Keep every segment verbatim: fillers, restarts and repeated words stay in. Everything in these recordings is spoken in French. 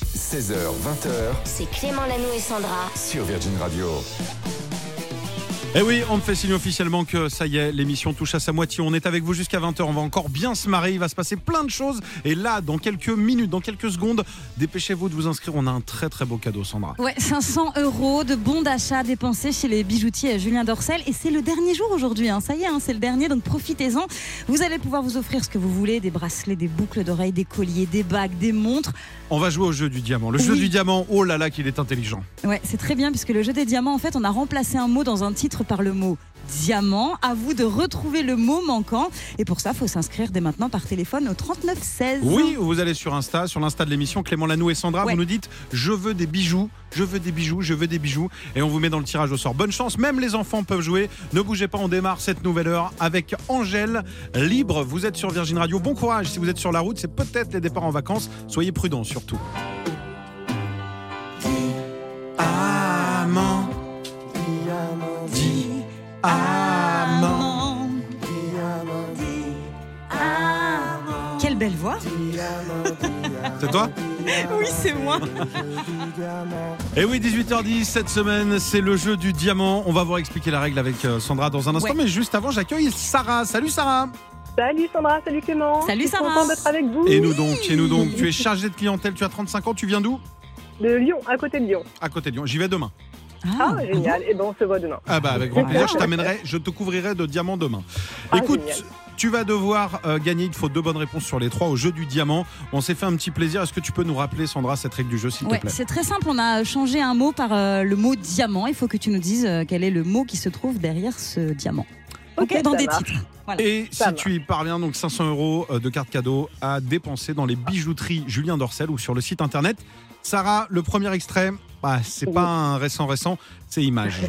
seize heures vingt, c'est Clément Lanoux et Sandra sur Virgin Radio. Eh oui, on me fait signe officiellement que ça y est, l'émission touche à sa moitié. On est avec vous jusqu'à vingt heures, on va encore bien se marrer, il va se passer plein de choses. Et là, dans quelques minutes, dans quelques secondes, dépêchez-vous de vous inscrire, on a un très très beau cadeau, Sandra. Ouais, cinq cents euros de bons d'achat dépensés chez les bijoutiers Julien Dorcel. Et c'est le dernier jour aujourd'hui, hein. Ça y est, hein, c'est le dernier, donc profitez-en. Vous allez pouvoir vous offrir ce que vous voulez, des bracelets, des boucles d'oreilles, des colliers, des bagues, des montres. On va jouer au jeu du diamant. Le oui. jeu du diamant, oh là là qu'il est intelligent. Ouais, c'est très bien, puisque le jeu des diamants, en fait, on a remplacé un mot dans un titre par le mot diamant. À vous de retrouver le mot manquant. Et pour ça, il faut s'inscrire dès maintenant par téléphone au trente-neuf seize. Oui, vous allez sur Insta, sur l'Insta de l'émission, Clément Lanoux et Sandra. Ouais. Vous nous dites « Je veux des bijoux, je veux des bijoux, je veux des bijoux ». Et on vous met dans le tirage au sort. Bonne chance, même les enfants peuvent jouer. Ne bougez pas, on démarre cette nouvelle heure avec Angèle Libre. Vous êtes sur Virgin Radio. Bon courage si vous êtes sur la route. C'est peut-être les départs en vacances. Soyez prudents surtout. Diamant, diamant, diamant. Quelle belle voix. C'est toi ? Oui, c'est moi. Et oui, dix-huit heures dix, cette semaine, c'est le jeu du diamant. On va vous expliquer la règle avec Sandra dans un instant. Ouais. Mais juste avant, j'accueille Sarah. Salut Sarah. Salut Sandra, salut Clément. Salut Je suis Sarah. contente d'être avec vous. Et nous donc, et nous donc. Tu es chargée de clientèle, tu as trente-cinq ans, tu viens d'où ? De Lyon, à côté de Lyon. À côté de Lyon. J'y vais demain. Ah, ah génial. Et ben on se voit demain. Ah bah avec grand plaisir, je t'amènerai, je te couvrirai de diamants demain. Ah, Écoute, génial. Tu vas devoir euh, gagner, il te faut deux bonnes réponses sur les trois au jeu du diamant. On s'est fait un petit plaisir, est-ce que tu peux nous rappeler Sandra cette règle du jeu s'il ouais, te plaît ? C'est très simple, on a changé un mot par euh, le mot diamant. Il faut que tu nous dises euh, quel est le mot qui se trouve derrière ce diamant. Ok, okay, dans des marche. titres. Voilà. Et ça si marche. tu y parviens, donc cinq cents euros de cartes cadeaux à dépenser dans les bijouteries Julien Dorcel ou sur le site internet. Sarah, le premier extrait, bah, c'est oui. pas un récent récent, c'est Image.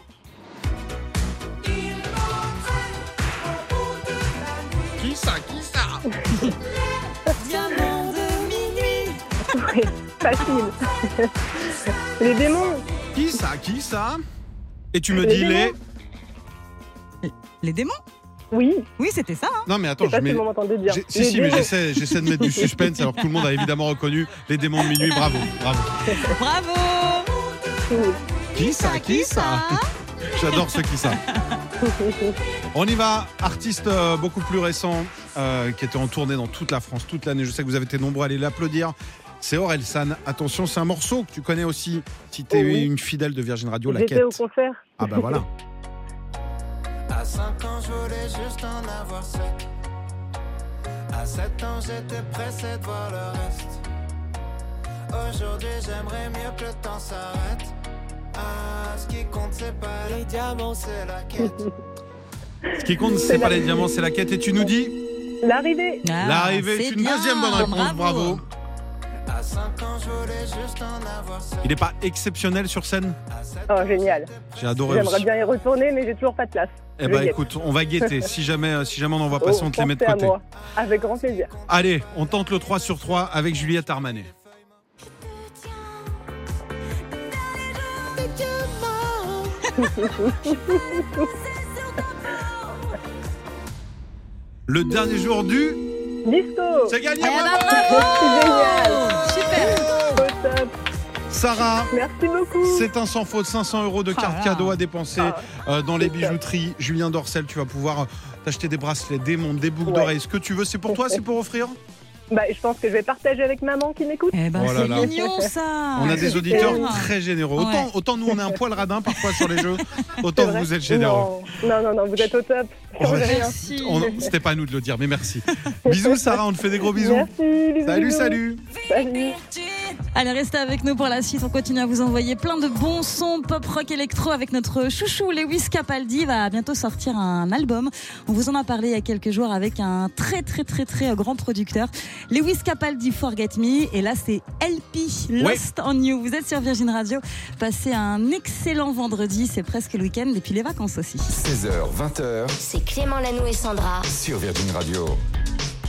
Qui ça ? Qui ça ? Diamant de minuit. Oui, facile. Les démons. Qui ça ? Qui ça ? Et tu me les dis démons. les... Les démons ? Oui. Oui, c'était ça. Hein. Non, mais attends, je mets... dire. Si, les si, démons. mais j'essaie, j'essaie de mettre du suspense alors que tout le monde a évidemment reconnu les démons de minuit. Bravo, bravo. Bravo. Qui ça ? Qui ça ? J'adore ce qui ça. On y va, artiste euh, beaucoup plus récent euh, qui était en tournée dans toute la France toute l'année. Je sais que vous avez été nombreux à aller l'applaudir. C'est Orelsan. Attention, c'est un morceau que tu connais aussi si tu es oui. une fidèle de Virgin Radio, La J'étais Quête. au concert. Ah bah voilà. À cinq ans, je voulais juste en avoir sept. À sept ans, j'étais pressé de voir le reste. Aujourd'hui, j'aimerais mieux que le temps s'arrête. Ah, ce qui compte, c'est pas les diamants, c'est la quête. Ce qui compte, c'est, c'est pas la... les diamants, c'est la quête. Et tu nous dis ? L'arrivée. Ah, L'arrivée, c'est une bien. deuxième bonne réponse, bravo. bravo. À cinq ans, je voulais juste en avoir sept. Il n'est pas exceptionnel sur scène ? Oh, génial. J'ai adoré J'aimerais aussi. bien y retourner, mais j'ai toujours pas de place. Eh bah écoute, on va guetter. Si jamais, si jamais on en voit passer, oh, on te les met de côté. À moi. Avec grand plaisir. Allez, on tente le trois sur trois avec Juliette Armanet. Le dernier jour du disco. C'est gagné. Eh bravo. bravo. C'est génial. Super. Au top. Sarah, merci beaucoup. C'est un sans faute, cinq cents euros de cartes ah cadeaux à dépenser ah, euh, dans les bijouteries Julien Dorcel. Tu vas pouvoir t'acheter des bracelets, des montres, des boucles ouais. d'oreilles, ce que tu veux. C'est pour toi, c'est pour offrir ? Bah, je pense que je vais partager avec maman qui m'écoute. Eh ben, oh là c'est là. Mignon ça. On a des auditeurs très généreux. Autant, ouais. autant nous on est un poil radin parfois sur les jeux, autant vous, vous êtes généreux. Non, non, non, non vous êtes au top. Oh, merci. On, c'était pas à nous de le dire, mais merci. Bisous Sarah, on te fait des gros bisous. Merci. Bisous, salut, bisous. salut. Salut. Allez, restez avec nous pour la suite. On continue à vous envoyer plein de bons sons pop rock électro avec notre chouchou Lewis Capaldi. Il va bientôt sortir un album. On vous en a parlé il y a quelques jours avec un très très très très grand producteur. Lewis Capaldi, Forget Me. Et là, c'est L P, Lost ouais. on You. Vous êtes sur Virgin Radio. Passez un excellent vendredi. C'est presque le week-end et puis les vacances aussi. seize heures vingt, c'est Clément Lanoux et Sandra sur Virgin Radio.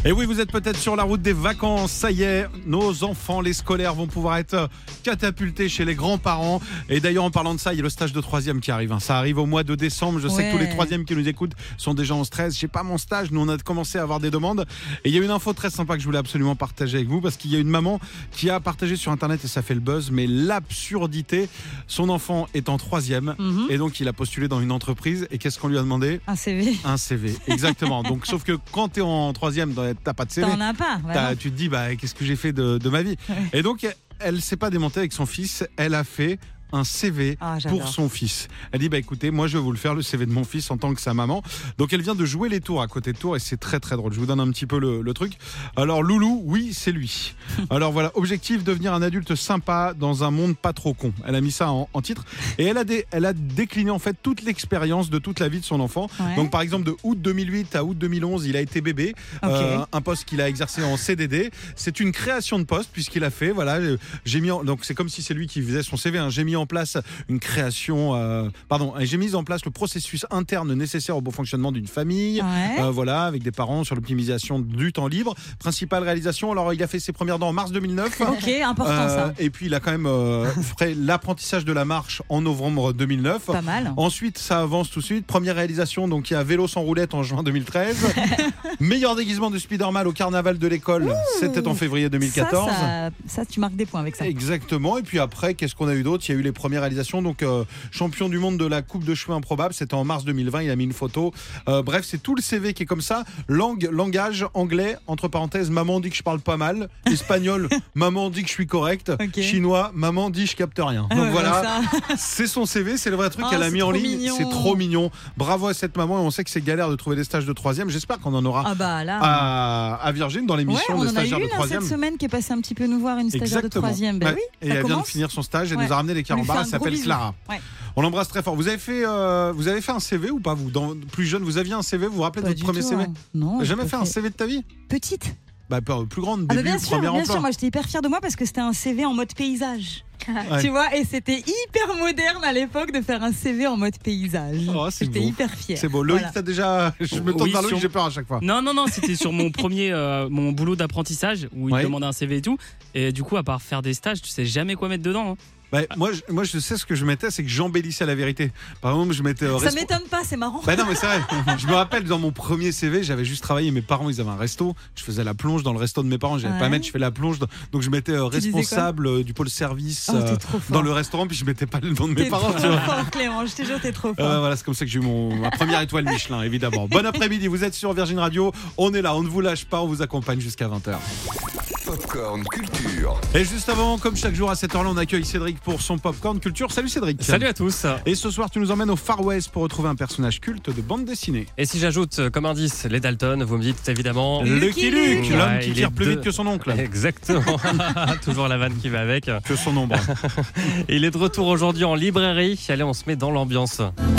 Et oui, vous êtes peut-être sur la route des vacances. Ça y est, nos enfants, les scolaires, vont pouvoir être catapultés chez les grands-parents. Et d'ailleurs, en parlant de ça, il y a le stage de troisième qui arrive. Ça arrive au mois de décembre. Je sais Ouais. que tous les troisièmes qui nous écoutent sont déjà en stress. J'ai pas mon stage. Nous, on a commencé à avoir des demandes. Et il y a une info très sympa que je voulais absolument partager avec vous parce qu'il y a une maman qui a partagé sur Internet et ça fait le buzz. Mais l'absurdité, son enfant est en troisième Mhm. et donc il a postulé dans une entreprise. Et qu'est-ce qu'on lui a demandé ? Un C V. Un C V. Exactement. Donc, sauf que quand tu es en troisième, t'as pas de C V. T'en as pas. T'as- Voilà. tu te dis bah qu'est-ce que j'ai fait de, de ma vie. Ouais. Et donc elle s'est pas démontée avec son fils, elle a fait un C V Ah, j'adore. pour son fils. Elle dit bah écoutez, moi je vais vous le faire, le C V de mon fils en tant que sa maman. Donc elle vient de jouer les tours à côté de Tours et c'est très très drôle. Je vous donne un petit peu le, le truc. Alors Loulou, oui c'est lui. Alors voilà, objectif, devenir un adulte sympa dans un monde pas trop con. Elle a mis ça en, en titre et elle a, dé- elle a décliné en fait toute l'expérience de toute la vie de son enfant. Ouais. Donc par exemple de août deux mille huit à août deux mille onze, il a été bébé. Ok. Euh, un poste qu'il a exercé en C D D. C'est une création de poste puisqu'il a fait. Voilà, euh, j'ai mis en- donc c'est comme si c'est lui qui faisait son C V. Hein. J'ai mis en place une création. Euh, pardon, j'ai mis en place le processus interne nécessaire au bon fonctionnement d'une famille. Ouais. Euh, voilà, avec des parents sur l'optimisation du temps libre. Principale réalisation. Alors il a fait ses premières dents en mars deux mille neuf. Ok, important Euh, ça. et puis il a quand même euh, fait l'apprentissage de la marche en novembre deux mille neuf. Pas mal. Ensuite, ça avance tout de suite. Première réalisation, donc il y a vélo sans roulette en juin deux mille treize. Meilleur déguisement de Spider-Man au carnaval de l'école, c'était en février deux mille quatorze. Ça, ça, ça, tu marques des points avec ça. Exactement. Et puis après, qu'est-ce qu'on a eu d'autre ? Il y a eu les premières réalisations. Donc, euh, champion du monde de la Coupe de cheveux improbable, c'était en mars deux mille vingt. Il a mis une photo. Euh, bref, c'est tout le C V qui est comme ça. Langue, langage, anglais, entre parenthèses, maman dit que je parle pas mal. Espagnol, maman dit que je suis correct. Ok. Chinois, maman dit je capte rien. Donc Ouais, voilà. ça. C'est son C V, c'est le vrai truc Oh, qu'elle a c'est mis en trop ligne. mignon. C'est trop mignon. Bravo à cette maman et on sait que c'est galère de trouver des stages de troisième. J'espère qu'on en aura Ah bah là. à, à Virgin dans Ouais, l'émission on des en a eu stagiaires de une hein, troisième. cette semaine qui est passée un petit peu nous voir, une stagiaire de Exactement. troisième. Ben Ouais. oui, Et ça elle vient de commence. finir son stage. Elle Ouais. nous a ramené des On lui fait carambars. un Elle gros s'appelle bisou. Clara. Ouais. On l'embrasse très fort. Vous avez fait, euh, vous avez fait un C V ou pas vous, dans, plus jeune, vous aviez un C V. Vous vous rappelez de Pas votre du premier tout, C V? hein. Non. T'as j'ai jamais pas fait un C V de ta vie? Petite. Bah pas- plus grande. Ah bah Début, bien sûr, premier bien emploi. sûr. Moi, j'étais hyper fière de moi parce que c'était un C V en mode paysage. Ouais. Tu vois, et c'était hyper moderne à l'époque de faire un C V en mode paysage. Oh, c'est J'étais beau. hyper fière. C'est beau. Loïc, Voilà. t'as déjà. Je me tourne Oui, vers Loïc, sur- j'ai peur à chaque fois. Non, non, non, c'était sur mon premier euh, mon boulot d'apprentissage où ils Ouais. te demandaient un C V et tout. Et du coup, à part faire des stages, tu sais jamais quoi mettre dedans. hein. Bah, moi, je, moi, je sais ce que je mettais, c'est que j'embellissais la vérité. Par exemple, je mettais. euh, Ça respo- m'étonne pas, c'est marrant. Bah non mais c'est vrai. Je me rappelle dans mon premier C V, j'avais juste travaillé. Mes parents, ils avaient un resto. Je faisais la plonge dans le resto de mes parents. J'avais Ouais. pas à mettre. Je fais la plonge. dans- Donc je mettais euh, Tu disais quoi responsable euh, du pôle service Oh, euh, t'es trop fort. dans le restaurant. Puis je mettais pas le nom de mes T'es parents. trop tu vois. fort, Clément. Je te jure, t'es trop fort. Euh, voilà, c'est comme ça que j'ai eu mon, ma première étoile Michelin, évidemment. Bon après-midi, vous êtes sur Virgin Radio. On est là, on ne vous lâche pas, on vous accompagne jusqu'à vingt heures. Popcorn Culture. Et juste avant, comme chaque jour à cette heure-là, on accueille Cédric pour son Popcorn Culture. Salut Cédric. Salut à tous. Et ce soir, tu nous emmènes au Far West pour retrouver un personnage culte de bande dessinée. Et si j'ajoute euh, comme indice les Dalton, vous me dites évidemment. Lucky Luke, Ouais, l'homme qui il tire est plus deux- vite que son oncle. Exactement. Toujours la vanne qui va avec. Que son ombre. Il est de retour aujourd'hui en librairie. Allez, on se met dans l'ambiance.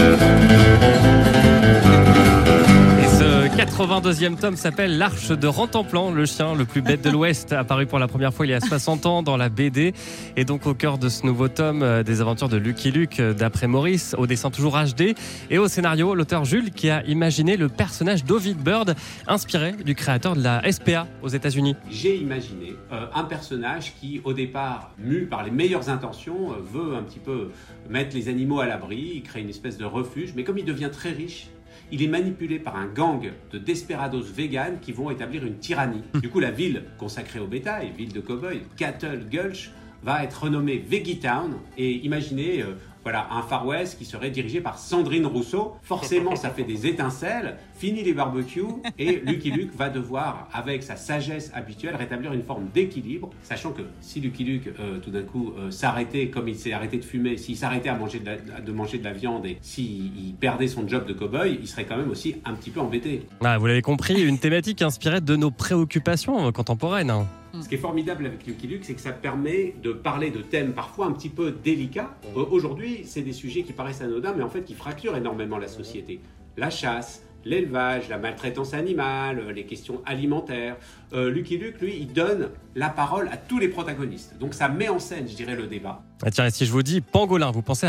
Et ce quatre-vingt-deuxième tome s'appelle L'Arche de Rantanplan, le chien le plus bête de l'Ouest, apparu pour la première fois il y a soixante ans dans la B D. Et donc au cœur de ce nouveau tome, euh, des aventures de Lucky Luke, euh, d'après Maurice, au dessin toujours H D. Et au scénario, l'auteur Jules qui a imaginé le personnage d'Ovid Bird, inspiré du créateur de la S P A aux États-Unis. J'ai imaginé euh, un personnage qui, au départ, mu par les meilleures intentions, euh, veut un petit peu mettre les animaux à l'abri, il crée une espèce de refuge, mais comme il devient très riche, il est manipulé par un gang de desperados véganes qui vont établir une tyrannie. Du coup, la ville consacrée au bétail, ville de cow-boys, Cattle Gulch, va être renommée Veggie Town. Et imaginez euh, voilà, un Far West qui serait dirigé par Sandrine Rousseau. Forcément, ça fait des étincelles. Fini les barbecues et Lucky Luke va devoir, avec sa sagesse habituelle, rétablir une forme d'équilibre, sachant que si Lucky Luke, euh, tout d'un coup, euh, s'arrêtait, comme il s'est arrêté de fumer, s'il s'arrêtait à manger de, la, de manger de la viande et s'il perdait son job de cow-boy, il serait quand même aussi un petit peu embêté. Ah, vous l'avez compris, une thématique inspirée de nos préoccupations contemporaines. hein. Ce qui est formidable avec Lucky Luke, c'est que ça permet de parler de thèmes parfois un petit peu délicats. Euh, Aujourd'hui, c'est des sujets qui paraissent anodins, mais en fait qui fracturent énormément la société. La chasse, l'élevage, la maltraitance animale, les questions alimentaires. Euh, Lucky Luke, lui, il donne la parole à tous les protagonistes. Donc ça met en scène, je dirais, le débat. Ah, tiens, et si je vous dis pangolin, vous pensez à quoi ?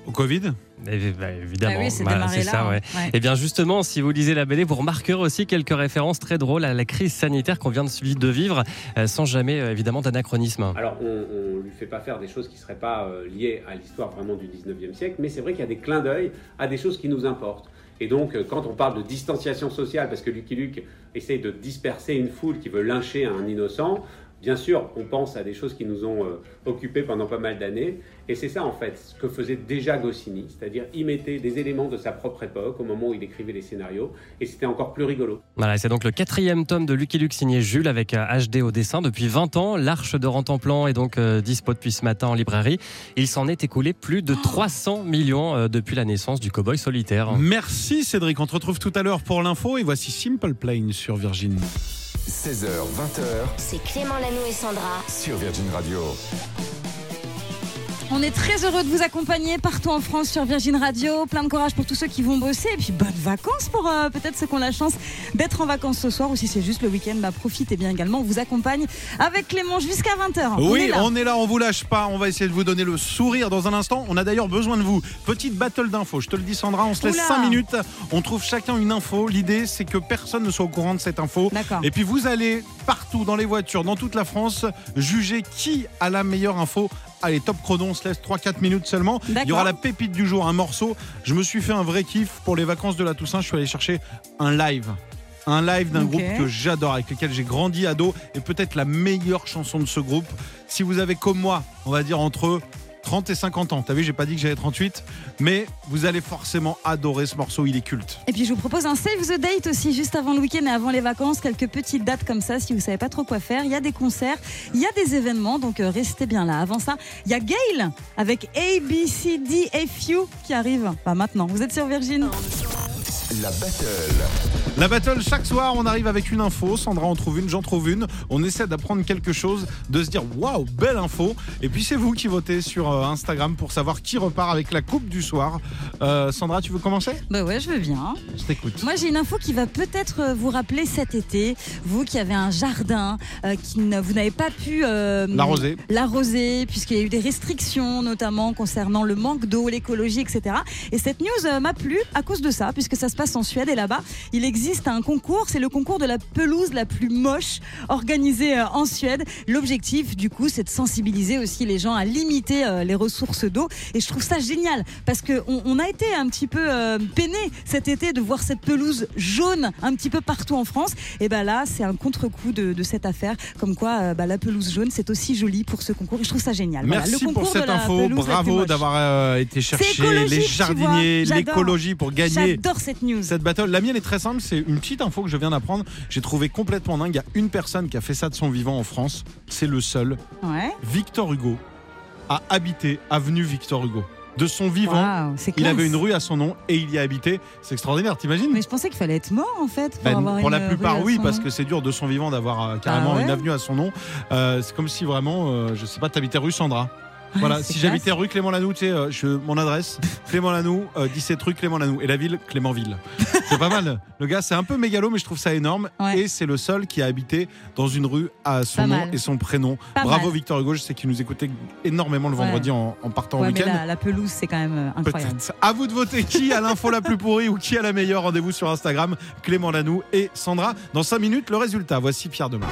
Au Covid ? Eh bien, bah, évidemment, Ah oui, c'est Voilà, démarré c'est là, ça, hein. ouais. Ouais. Et bien justement, si vous lisez la B D, vous remarquerez aussi quelques références très drôles à la crise sanitaire qu'on vient de, de vivre, euh, sans jamais euh, évidemment d'anachronisme. Alors, on ne lui fait pas faire des choses qui ne seraient pas euh, liées à l'histoire vraiment du dix-neuvième siècle, mais c'est vrai qu'il y a des clins d'œil à des choses qui nous importent. Et donc, euh, quand on parle de distanciation sociale, parce que Lucky Luke essaye de disperser une foule qui veut lyncher un innocent, bien sûr, on pense à des choses qui nous ont euh, occupés pendant pas mal d'années. Et c'est ça, en fait, ce que faisait déjà Goscinny, c'est-à-dire y mettait des éléments de sa propre époque au moment où il écrivait les scénarios. Et c'était encore plus rigolo. Voilà, c'est donc le quatrième tome de Lucky Luke signé Jules avec euh, H D au dessin depuis vingt ans. L'Arche de Rantanplan est donc euh, dispo depuis ce matin en librairie. Il s'en est écoulé plus de trois cents millions euh, depuis la naissance du cow-boy solitaire. Merci Cédric, on te retrouve tout à l'heure pour l'info et voici Simple Plan sur Virgin. seize heures, vingt heures C'est Clément Lanoux et Sandra. sur Virgin Radio. On est très heureux de vous accompagner partout en France sur Virgin Radio. Plein de courage pour tous ceux qui vont bosser. Et puis bonnes vacances pour euh, peut-être ceux qui ont la chance d'être en vacances ce soir. Ou si c'est juste le week-end, bah, profitez bien également. On vous accompagne avec Clément jusqu'à vingt heures. Oui, on est là. on est là, on vous lâche pas. On va essayer de vous donner le sourire dans un instant. On a d'ailleurs besoin de vous. Petite battle d'infos. Je te le dis, Sandra, on se laisse Oula. cinq minutes. On trouve chacun une info. L'idée, c'est que personne ne soit au courant de cette info. D'accord. Et puis vous allez partout dans les voitures, dans toute la France, juger qui a la meilleure info. Allez, top chrono, on se laisse trois quatre minutes seulement. D'accord. Il y aura la pépite du jour, un morceau. Je me suis fait un vrai kiff pour les vacances de la Toussaint. Je suis allé chercher un live. Un live d'un Ok. groupe que j'adore, avec lequel j'ai grandi ado, et peut-être la meilleure chanson de ce groupe. Si vous avez comme moi, on va dire entre trente et cinquante ans, t'as vu, j'ai pas dit que j'avais trente-huit, mais vous allez forcément adorer ce morceau, il est culte. Et puis je vous propose un save the date aussi juste avant le week-end et avant les vacances, quelques petites dates comme ça si vous savez pas trop quoi faire. Il y a des concerts, il y a des événements, donc euh, restez bien là. Avant ça, il y a Gail avec A B C D F U qui arrive. Pas maintenant. Vous êtes sur Virgin. La battle. La battle, chaque soir, on arrive avec une info. Sandra en trouve une, j'en trouve une. On essaie d'apprendre quelque chose, de se dire waouh, belle info. Et puis c'est vous qui votez sur euh, Instagram pour savoir qui repart avec la coupe du soir. Euh, Sandra, tu veux commencer ? Bah ouais, je veux bien. Je t'écoute. Moi, j'ai une info qui va peut-être euh, vous rappeler cet été, vous qui avez un jardin, euh, qui ne, vous n'avez pas pu euh, L'arroser. l'arroser, puisqu'il y a eu des restrictions, notamment concernant le manque d'eau, l'écologie, et cetera. Et cette news euh, m'a plu à cause de ça, puisque ça se passe en Suède et là-bas, il existe un concours, c'est le concours de la pelouse la plus moche organisé euh, en Suède. L'objectif, du coup, c'est de sensibiliser aussi les gens à limiter euh, les ressources d'eau. Et je trouve ça génial, parce qu'on on a été un petit peu euh, peinés cet été de voir cette pelouse jaune un petit peu partout en France. Et ben là, c'est un contre-coup de, de cette affaire, comme quoi euh, bah, la pelouse jaune, c'est aussi joli pour ce concours. Et je trouve ça génial. Merci voilà, le pour concours cette de la info. pelouse la plus Bravo moche. d'avoir euh, été chercher écologique, les tu jardiniers, vois. J'adore. l'écologie pour gagner J'adore cette news. cette battle. La mienne est très simple, c'est une petite info que je viens d'apprendre. J'ai trouvé complètement dingue. Il y a une personne qui a fait ça de son vivant en France. C'est le seul. Ouais. Victor Hugo a habité avenue Victor Hugo. De son vivant, Waouh, c'est il classe. avait une rue à son nom et il y a habité. C'est extraordinaire, t'imagines ? Mais je pensais qu'il fallait être mort en fait pour, Ben, avoir pour une la plupart, rue à oui, son parce nom. que c'est dur de son vivant d'avoir euh, carrément Ah ouais une avenue à son nom. Euh, c'est comme si vraiment, euh, je sais pas, t'habitais rue Sandra. Voilà, c'est si classe. j'habitais rue Clément Lanoux, tu sais, euh, je, mon adresse, Clément Lanoux, euh, dix-sept rue Clément Lanoux. Et la ville, Clémentville. C'est pas mal. Le gars, c'est un peu mégalo, mais je trouve ça énorme. Ouais. Et c'est le seul qui a habité dans une rue à son Pas nom mal. et son prénom. Pas Bravo mal. Victor Hugo, je sais qu'il nous écoutait énormément le Ouais. vendredi en, en partant Ouais, au mais week-end. la, la pelouse, c'est quand même euh, incroyable. Peut-être. À vous de voter qui a l'info la plus pourrie ou qui a la meilleure. Rendez-vous sur Instagram, Clément Lanoux et Sandra. Dans cinq minutes, le résultat. Voici Pierre Demar.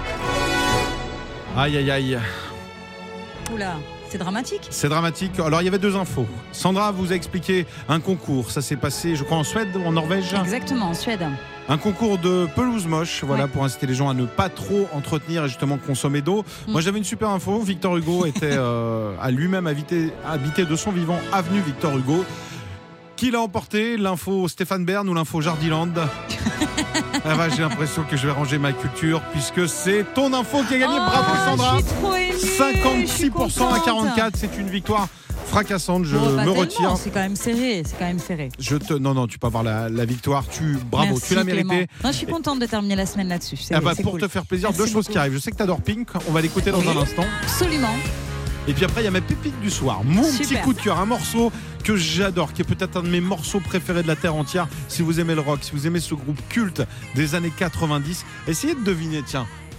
Aïe, aïe, aïe. Oula, c'est dramatique. C'est dramatique. Alors, il y avait deux infos. Sandra vous a expliqué un concours. Ça s'est passé, je crois, en Suède ou en Norvège. Exactement, en Suède. Un concours de pelouse moche, voilà, Ouais. pour inciter les gens à ne pas trop entretenir et justement consommer d'eau. Mm. Moi, j'avais une super info. Victor Hugo était euh, à lui-même habité, habité de son vivant avenue Victor Hugo. Qui l'a emporté? L'info Stéphane Bern ou l'info Jardiland? Ah bah, j'ai l'impression que je vais ranger ma culture puisque c'est ton info qui a gagné. Oh, Bravo Sandra. Je suis trop émue, cinquante-six pour cent je à suis quarante-quatre, c'est une victoire fracassante. Je contente. Bon, pas me tellement, retire. C'est quand même serré, c'est quand même serré. Je te, non non, tu peux avoir la, la victoire. Tu, bravo, Merci, tu l'as Clément. mérité. Non, je suis contente de terminer la semaine là-dessus. C'est, Ah bah, c'est pour cool. te faire plaisir, Merci deux choses beaucoup. qui arrivent. Je sais que t'adores Pink. On va l'écouter dans Oui. un instant. Absolument. Et puis après, il y a ma pépite du soir. Mon Super. petit coup de cœur, un morceau que j'adore, qui est peut-être un de mes morceaux préférés de la Terre entière. Si vous aimez le rock, si vous aimez ce groupe culte des années quatre-vingt-dix, essayez de deviner, tiens,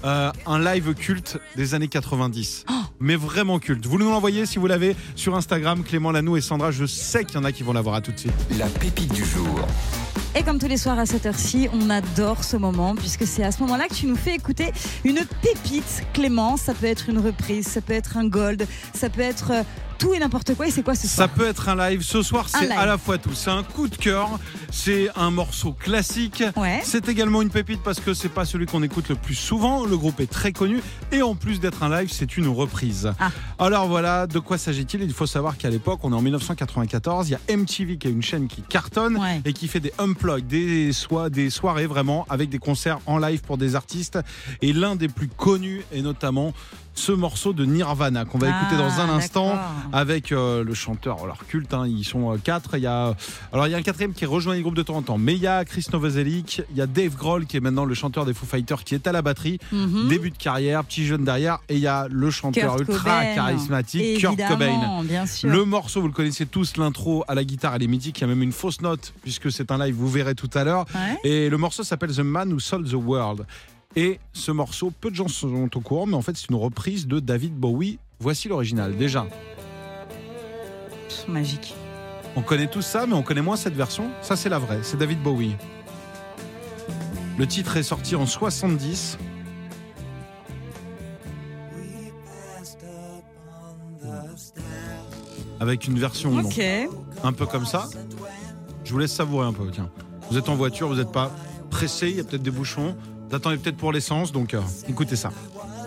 euh, un live culte des années quatre-vingt-dix. Oh, mais vraiment culte. Vous nous l'envoyez si vous l'avez sur Instagram, Clément Lanoux et Sandra. Je sais qu'il y en a qui vont l'avoir. À tout de suite. La pépite du jour. Et comme tous les soirs à cette heure-ci, on adore ce moment puisque c'est à ce moment-là que tu nous fais écouter une pépite, Clément. Ça peut être une reprise, ça peut être un gold, ça peut être tout et n'importe quoi. Et c'est quoi ce soir ? Ça peut être un live. Ce soir, c'est à la fois tout. C'est un coup de cœur, c'est un morceau classique. Ouais. C'est également une pépite parce que c'est pas celui qu'on écoute le plus souvent. Le groupe est très connu et en plus d'être un live, c'est une reprise. Ah. Alors voilà, de quoi s'agit-il ? Il faut savoir qu'à l'époque, on est en dix-neuf cent quatre-vingt-quatorze. Il y a M T V qui est une chaîne qui cartonne ouais. et qui fait des unplugged, des, so- des soirées vraiment avec des concerts en live pour des artistes. Et l'un des plus connus est notamment ce morceau de Nirvana qu'on va ah, écouter dans un instant d'accord. avec euh, le chanteur, alors culte, hein, ils sont euh, quatre. Il y a, alors il y a un quatrième qui rejoint les groupes de temps en temps, mais il y a Chris Novoselic, il y a Dave Grohl qui est maintenant le chanteur des Foo Fighters qui est à la batterie, mm-hmm. début de carrière, petit jeune derrière, et il y a le chanteur Kurt ultra Cobain. charismatique Kurt Cobain. Bien sûr. Le morceau, vous le connaissez tous, l'intro à la guitare, elle est mythique. Il y a même une fausse note puisque c'est un live, vous verrez tout à l'heure. Ouais. Et le morceau s'appelle The Man Who Sold the World. Et ce morceau, peu de gens sont au courant, mais en fait, c'est une reprise de David Bowie. Voici l'original, déjà. Pff, magique. On connaît tout ça, mais on connaît moins cette version. Ça, c'est la vraie, c'est David Bowie. Le titre est sorti en soixante-dix. Avec une version okay. un peu comme ça. Je vous laisse savourer un peu, tiens. Vous êtes en voiture, vous n'êtes pas pressé, il y a peut-être des bouchons. Vous attendez peut-être pour l'essence, donc euh, écoutez ça.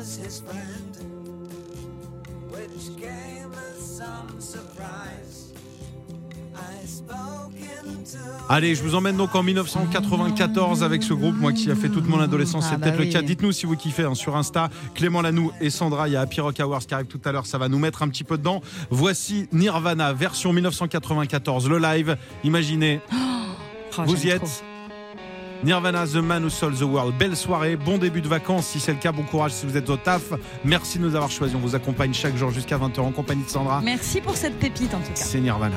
Allez, je vous emmène donc en dix-neuf cent quatre-vingt-quatorze avec ce groupe, moi qui a fait toute mon adolescence, ah c'est bah peut-être oui. le cas. Dites-nous si vous kiffez hein, sur Insta, Clément Lanoux et Sandra, il y a Happy Rock Awards qui arrive tout à l'heure, ça va nous mettre un petit peu dedans. Voici Nirvana, version dix-neuf cent quatre-vingt-quatorze, le live, imaginez, oh, vous y êtes. Trop. Nirvana, The Man Who Sold the World. Belle soirée, bon début de vacances. Si c'est le cas, bon courage si vous êtes au taf. Merci de nous avoir choisis. On vous accompagne chaque jour jusqu'à vingt heures en compagnie de Sandra. Merci pour cette pépite en tout cas. C'est Nirvana.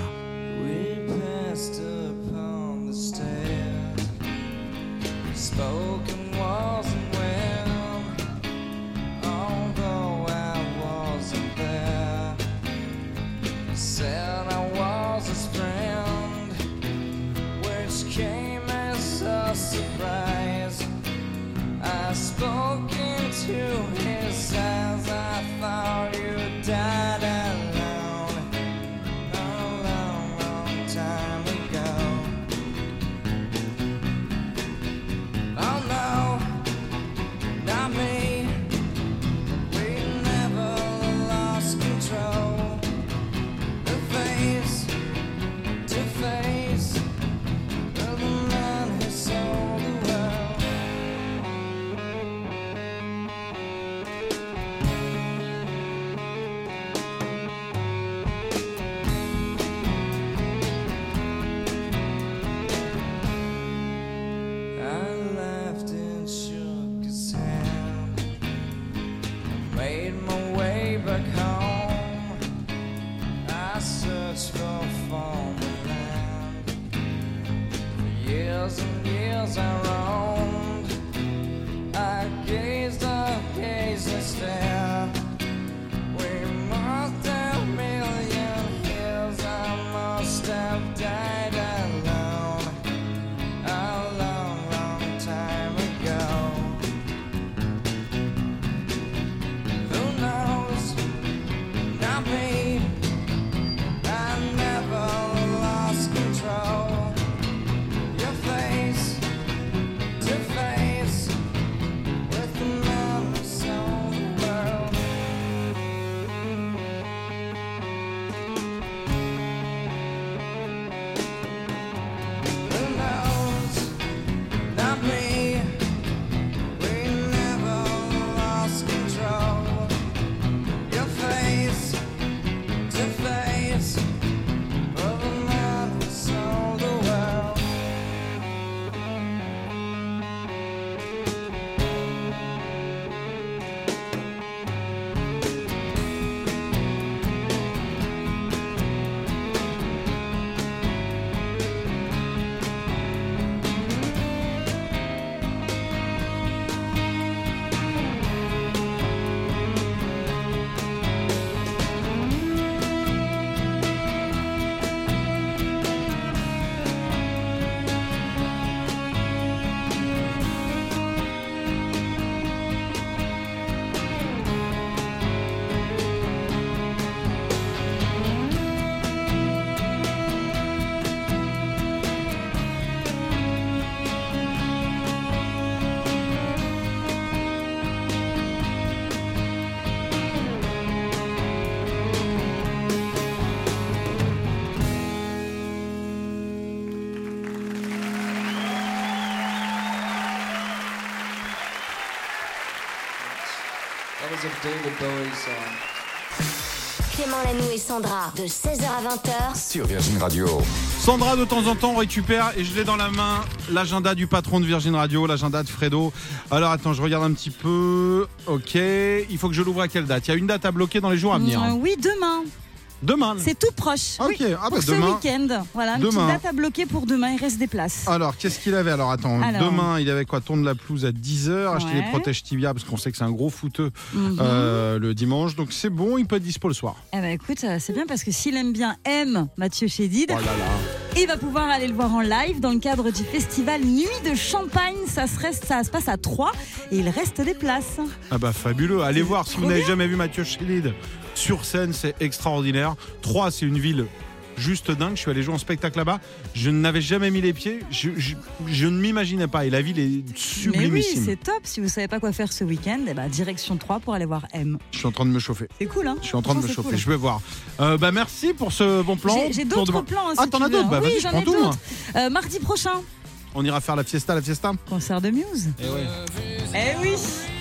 Surprise, I spoke into his eyes. I thought you died alone, alone. Clément Lanoux et Sandra, de seize heures à vingt heures. Sur Virgin Radio. Sandra, de temps en temps, on récupère, et je l'ai dans la main, l'agenda du patron de Virgin Radio, l'agenda de Fredo. Alors attends, je regarde un petit peu. Ok, il faut que je l'ouvre à quelle date ? Il y a une date à bloquer dans les jours à venir. Euh, oui, demain. Demain. C'est tout proche. Ok, oui, ah bah pour demain. ce week-end. Voilà, une Demain. petite date à bloquer pour demain. Il reste des places. Alors, qu'est-ce qu'il avait ? Alors, attends, Alors. demain, il avait quoi ? Tourne la pelouse à dix heures, acheter Ouais. les protèges tibia, parce qu'on sait que c'est un gros footeux Mhm. euh, le dimanche. Donc, c'est bon, il peut être dispo le soir. Eh ben écoute, euh, c'est bien parce que s'il aime bien M, Mathieu Chédid, Oh là là. il va pouvoir aller le voir en live dans le cadre du festival Nuit de Champagne. Ça se, reste, ça se passe à Troyes et il reste des places. Ah bah, fabuleux. Allez voir, si trop vous n'avez bien. jamais vu Mathieu Chédid sur scène, c'est extraordinaire. Troyes, c'est une ville juste dingue. Je suis allé jouer en spectacle là-bas. Je n'avais jamais mis les pieds. Je, je, je ne m'imaginais pas. Et la ville est Mais oui, sublimissime. c'est top. Si vous savez pas quoi faire ce week-end, eh ben, direction Troyes pour aller voir M. Je suis en train de me chauffer. C'est cool, hein ? Je suis en train de me Franchement, c'est chauffer. cool. Je vais voir. Euh, bah, merci pour ce bon plan. J'ai- J'ai Pour d'autres demain. plans. hein, Ah, si t'en tu as veux, d'autres ? hein. Bah, Oui, vas-y, je j'en prends ai tout, moi. d'autres. Euh, mardi prochain, On ira faire la fiesta, la fiesta. concert de Muse. Eh ouais. Eh oui,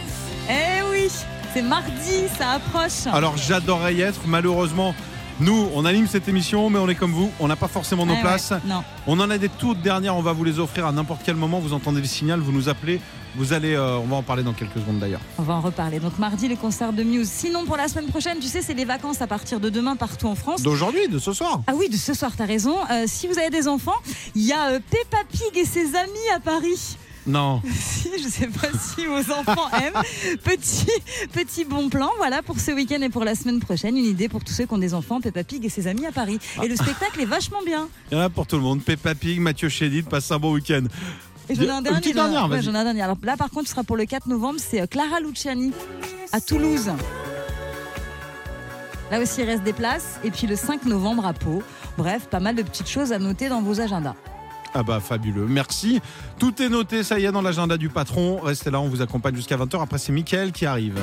eh oui, c'est mardi, ça approche. Alors j'adorerais y être. Malheureusement, nous, on anime cette émission, mais on est comme vous. On n'a pas forcément nos Eh ouais, places. non. On en a des toutes dernières. On va vous les offrir à n'importe quel moment. Vous entendez le signal, vous nous appelez. Vous allez, euh, on va en parler dans quelques secondes d'ailleurs. On va en reparler. Donc mardi, le concert de Muse. Sinon, pour la semaine prochaine, tu sais, c'est les vacances à partir de demain partout en France. D'aujourd'hui, de ce soir. Ah oui, de ce soir, t'as raison. Euh, si vous avez des enfants, il y a euh, Peppa Pig et ses amis à Paris. Non. Si, je sais pas si vos enfants aiment. Petit, petit bon plan, voilà, pour ce week-end et pour la semaine prochaine. Une idée pour tous ceux qui ont des enfants, Peppa Pig et ses amis à Paris. Et le spectacle est vachement bien. Il y en a pour tout le monde. Peppa Pig, Mathieu Chédid, passe un bon week-end. Et j'en ai un Une dernier. petite là. dernière, Ouais, vas-y. j'en ai un dernier. Alors là, par contre, ce sera pour le quatre novembre. C'est euh, Clara Luciani à Toulouse. Là aussi, il reste des places. Et puis le cinq novembre à Pau. Bref, pas mal de petites choses à noter dans vos agendas. Ah bah fabuleux, merci. Tout est noté, ça y est, dans l'agenda du patron. Restez là, on vous accompagne jusqu'à vingt heures. Après, c'est Mickaël qui arrive.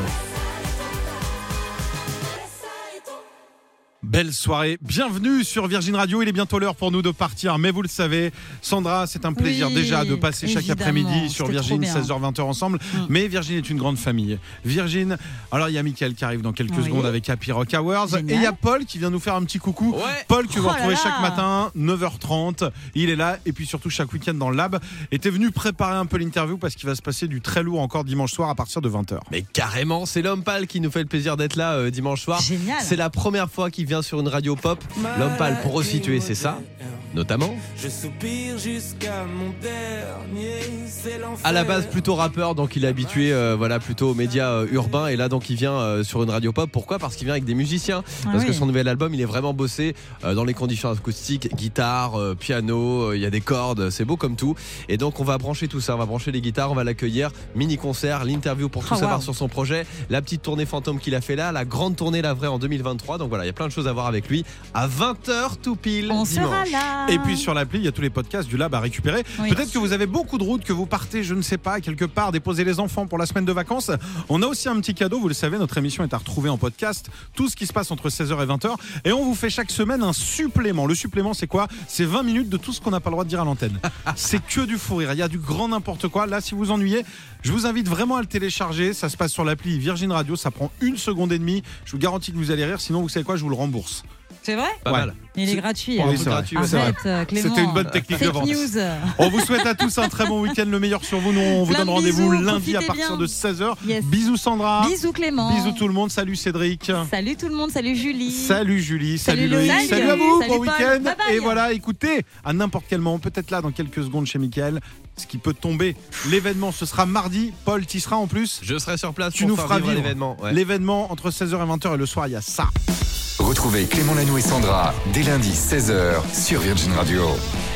Belle soirée, bienvenue sur Virgin Radio. Il est bientôt l'heure pour nous de partir, mais vous le savez, Sandra, c'est un plaisir Oui, déjà de passer chaque évidemment, après-midi sur c'était Virgin, trop bien. seize heures vingt heures ensemble. Mm. Mais Virgin est une grande famille. Virgin, alors il y a Mickaël qui arrive dans quelques Oui. secondes avec Happy Rock Hours. Génial. Et il y a Paul qui vient nous faire un petit coucou. Ouais. Paul, que tu vas Oh là retrouver là. chaque matin, neuf heures trente. Il est là, et puis surtout chaque week-end dans le lab. Et t'es venu préparer un peu l'interview parce qu'il va se passer du très lourd encore dimanche soir à partir de vingt heures. Mais carrément, c'est l'homme pâle qui nous fait le plaisir d'être là euh, dimanche soir. Génial. C'est la première fois qu'il vient sur une radio pop. L'homme pâle, pour resituer, c'est ça, notamment. Je soupire jusqu'à mon dernier, c'est l'enfer. À la base plutôt rappeur, donc il est habitué euh, voilà, plutôt aux médias euh, urbains. Et là donc il vient euh, sur une radio pop. Pourquoi ? Parce qu'il vient avec des musiciens. Ah Parce que oui. son nouvel album, il est vraiment bossé euh, dans les conditions acoustiques, guitare, euh, piano, euh, il y a des cordes, c'est beau comme tout. Et donc on va brancher tout ça, on va brancher les guitares, on va l'accueillir, mini-concert, l'interview pour tout Oh, savoir wow. sur son projet, la petite tournée fantôme qu'il a fait là, la grande tournée la vraie en deux mille vingt-trois. Donc voilà, il y a plein de choses à voir avec lui à vingt heures tout pile On dimanche. sera là. Et puis sur l'appli, il y a tous les podcasts du Lab à récupérer. Oui. Peut-être que vous avez beaucoup de routes, que vous partez, je ne sais pas, quelque part, déposer les enfants pour la semaine de vacances. On a aussi un petit cadeau, vous le savez, notre émission est à retrouver en podcast. Tout ce qui se passe entre seize heures et vingt heures. Et on vous fait chaque semaine un supplément. Le supplément, c'est quoi ? C'est vingt minutes de tout ce qu'on n'a pas le droit de dire à l'antenne. C'est que du fou rire. Il y a du grand n'importe quoi. Là, si vous ennuyez, je vous invite vraiment à le télécharger. Ça se passe sur l'appli Virgin Radio. Ça prend une seconde et demie. Je vous garantis que vous allez rire. Sinon, vous savez quoi ? Je vous le rembourse. C'est vrai ? Pas Ouais. mal. Il est gratuit. Oui, hein. c'est vrai. gratuit, ouais, c'est vrai. Arrête, euh, Clément. C'était une bonne technique de Fake vente. news. On vous souhaite à tous un très bon week-end, le meilleur sur vous. Nous, on vous Plein donne de rendez-vous bisous, lundi à profitez partir bien. de seize heures. Yes. Bisous Sandra. Bisous Clément. Bisous tout le monde. Salut Cédric. Salut tout le monde, salut Julie. Salut Julie. Salut, Salut Loïc. Loïc. Salut à vous. Salut Bon Paul. week-end. Bye bye. Et voilà, écoutez, à n'importe quel moment, peut-être là dans quelques secondes chez Mickaël, ce qui peut tomber. L'événement, ce sera mardi. Paul, tu y seras en plus. Je serai sur place Tu pour nous faire feras vivre vivre l'événement. Ouais. l'événement entre seize heures et vingt heures. Et le soir, il y a ça. Retrouvez Clément Lanoux et Sandra dès lundi seize heures sur Virgin Radio.